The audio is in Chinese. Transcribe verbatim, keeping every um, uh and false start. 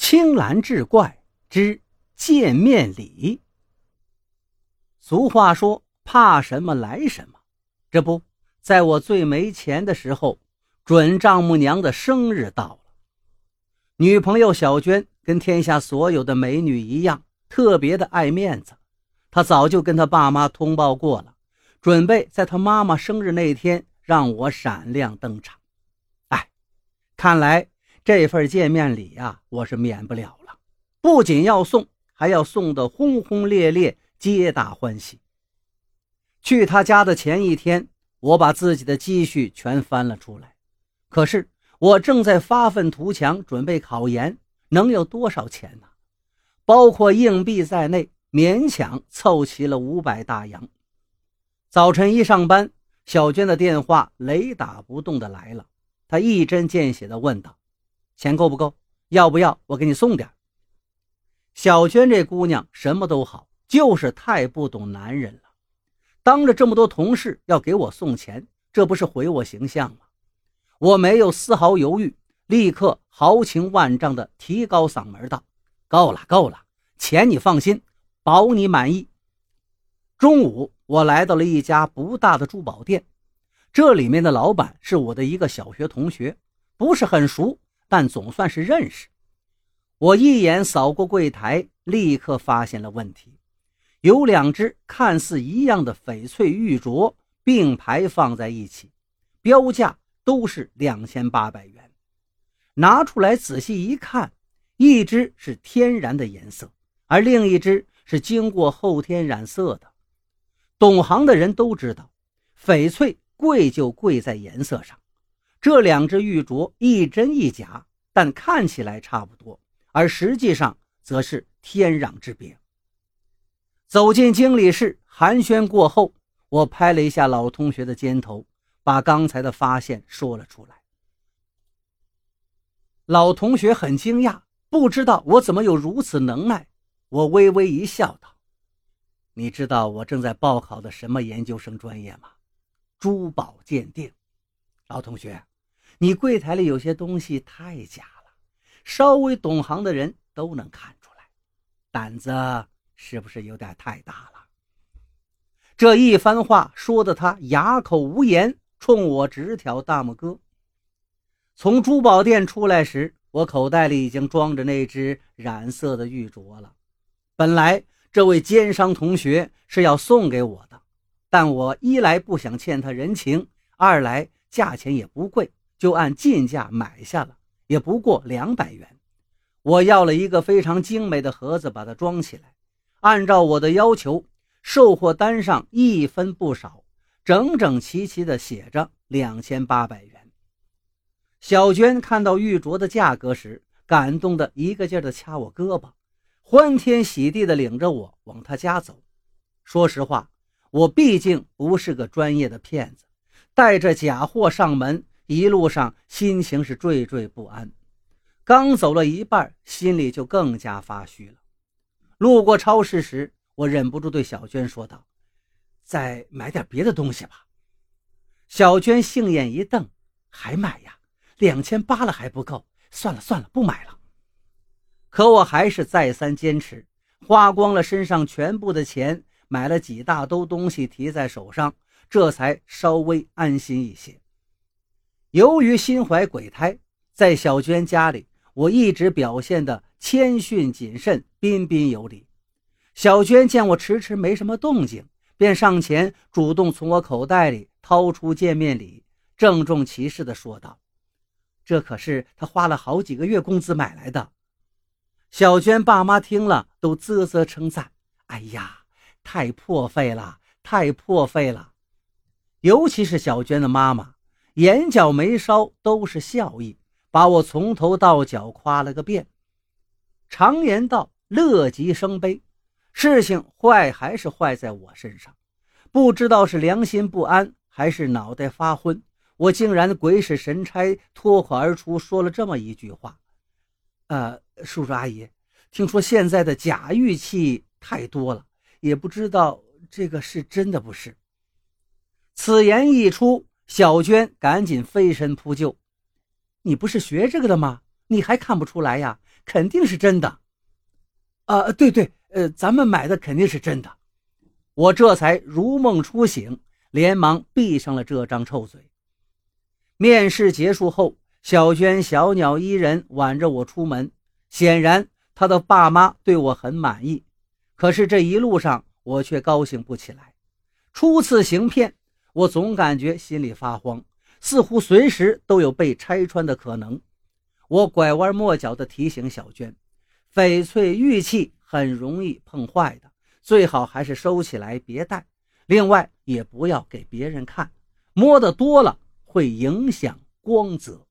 青蓝志怪之见面礼。俗话说，怕什么来什么。这不，在我最没钱的时候，准丈母娘的生日到了。女朋友小娟跟天下所有的美女一样，特别的爱面子。她早就跟她爸妈通报过了，准备在她妈妈生日那天让我闪亮登场。哎，看来这份见面礼啊，我是免不了了。不仅要送，还要送得轰轰烈烈，皆大欢喜。去他家的前一天，我把自己的积蓄全翻了出来。可是我正在发愤图强，准备考研，能有多少钱呢？包括硬币在内，勉强凑齐了五百大洋。早晨一上班，小娟的电话雷打不动的来了。她一针见血的问道：钱够不够？要不要我给你送点？小娟这姑娘什么都好，就是太不懂男人了。当着这么多同事要给我送钱，这不是毁我形象吗？我没有丝毫犹豫，立刻豪情万丈地提高嗓门道：够了够了，钱你放心，保你满意。中午我来到了一家不大的珠宝店，这里面的老板是我的一个小学同学，不是很熟，但总算是认识。我一眼扫过柜台，立刻发现了问题。有两只看似一样的翡翠玉镯并排放在一起，标价都是两千八百元。拿出来仔细一看，一只是天然的颜色，而另一只是经过后天染色的。懂行的人都知道，翡翠贵就贵在颜色上。这两只玉镯一真一假，但看起来差不多，而实际上则是天壤之别。走进经理室，寒暄过后，我拍了一下老同学的肩头，把刚才的发现说了出来。老同学很惊讶，不知道我怎么有如此能耐。我微微一笑道：你知道我正在报考的什么研究生专业吗？珠宝鉴定。老同学，你柜台里有些东西太假了，稍微懂行的人都能看出来，胆子是不是有点太大了？这一番话说得他哑口无言，冲我直挑大拇哥。从珠宝店出来时，我口袋里已经装着那只染色的玉镯了。本来这位奸商同学是要送给我的，但我一来不想欠他人情，二来价钱也不贵，就按进价买下了，也不过两百元。我要了一个非常精美的盒子把它装起来，按照我的要求，售货单上一分不少，整整齐齐地写着两千八百元。小娟看到玉镯的价格时，感动得一个劲儿地掐我胳膊，欢天喜地地领着我往她家走。说实话，我毕竟不是个专业的骗子，带着假货上门，一路上心情是惴惴不安。刚走了一半，心里就更加发虚了。路过超市时，我忍不住对小娟说道：再买点别的东西吧。小娟杏眼一瞪：还买呀？两千八了还不够，算了算了，不买了。可我还是再三坚持，花光了身上全部的钱，买了几大兜东西提在手上，这才稍微安心一些。由于心怀鬼胎，在小娟家里，我一直表现得谦逊谨慎，彬彬有礼。小娟见我迟迟没什么动静，便上前主动从我口袋里掏出见面礼，郑重其事地说道：这可是她花了好几个月工资买来的。小娟爸妈听了都啧啧称赞：哎呀，太破费了，太破费了。尤其是小娟的妈妈，眼角眉梢都是笑意，把我从头到脚夸了个遍。常言道，乐极生悲，事情坏还是坏在我身上。不知道是良心不安还是脑袋发昏，我竟然鬼使神差脱口而出说了这么一句话：呃，叔叔阿姨，听说现在的假玉器太多了，也不知道这个是真的不是。此言一出，小娟赶紧飞身扑救：你不是学这个的吗？你还看不出来呀？ 肯定是真的。啊，对对，呃，咱们买的肯定是真的。我这才如梦初醒，连忙闭上了这张臭嘴。面试结束后，小娟小鸟依人挽着我出门，显然她的爸妈对我很满意。可是这一路上我却高兴不起来。初次行骗，我总感觉心里发慌，似乎随时都有被拆穿的可能。我拐弯抹角地提醒小娟，翡翠玉器很容易碰坏的，最好还是收起来别戴，另外也不要给别人看，摸得多了会影响光泽。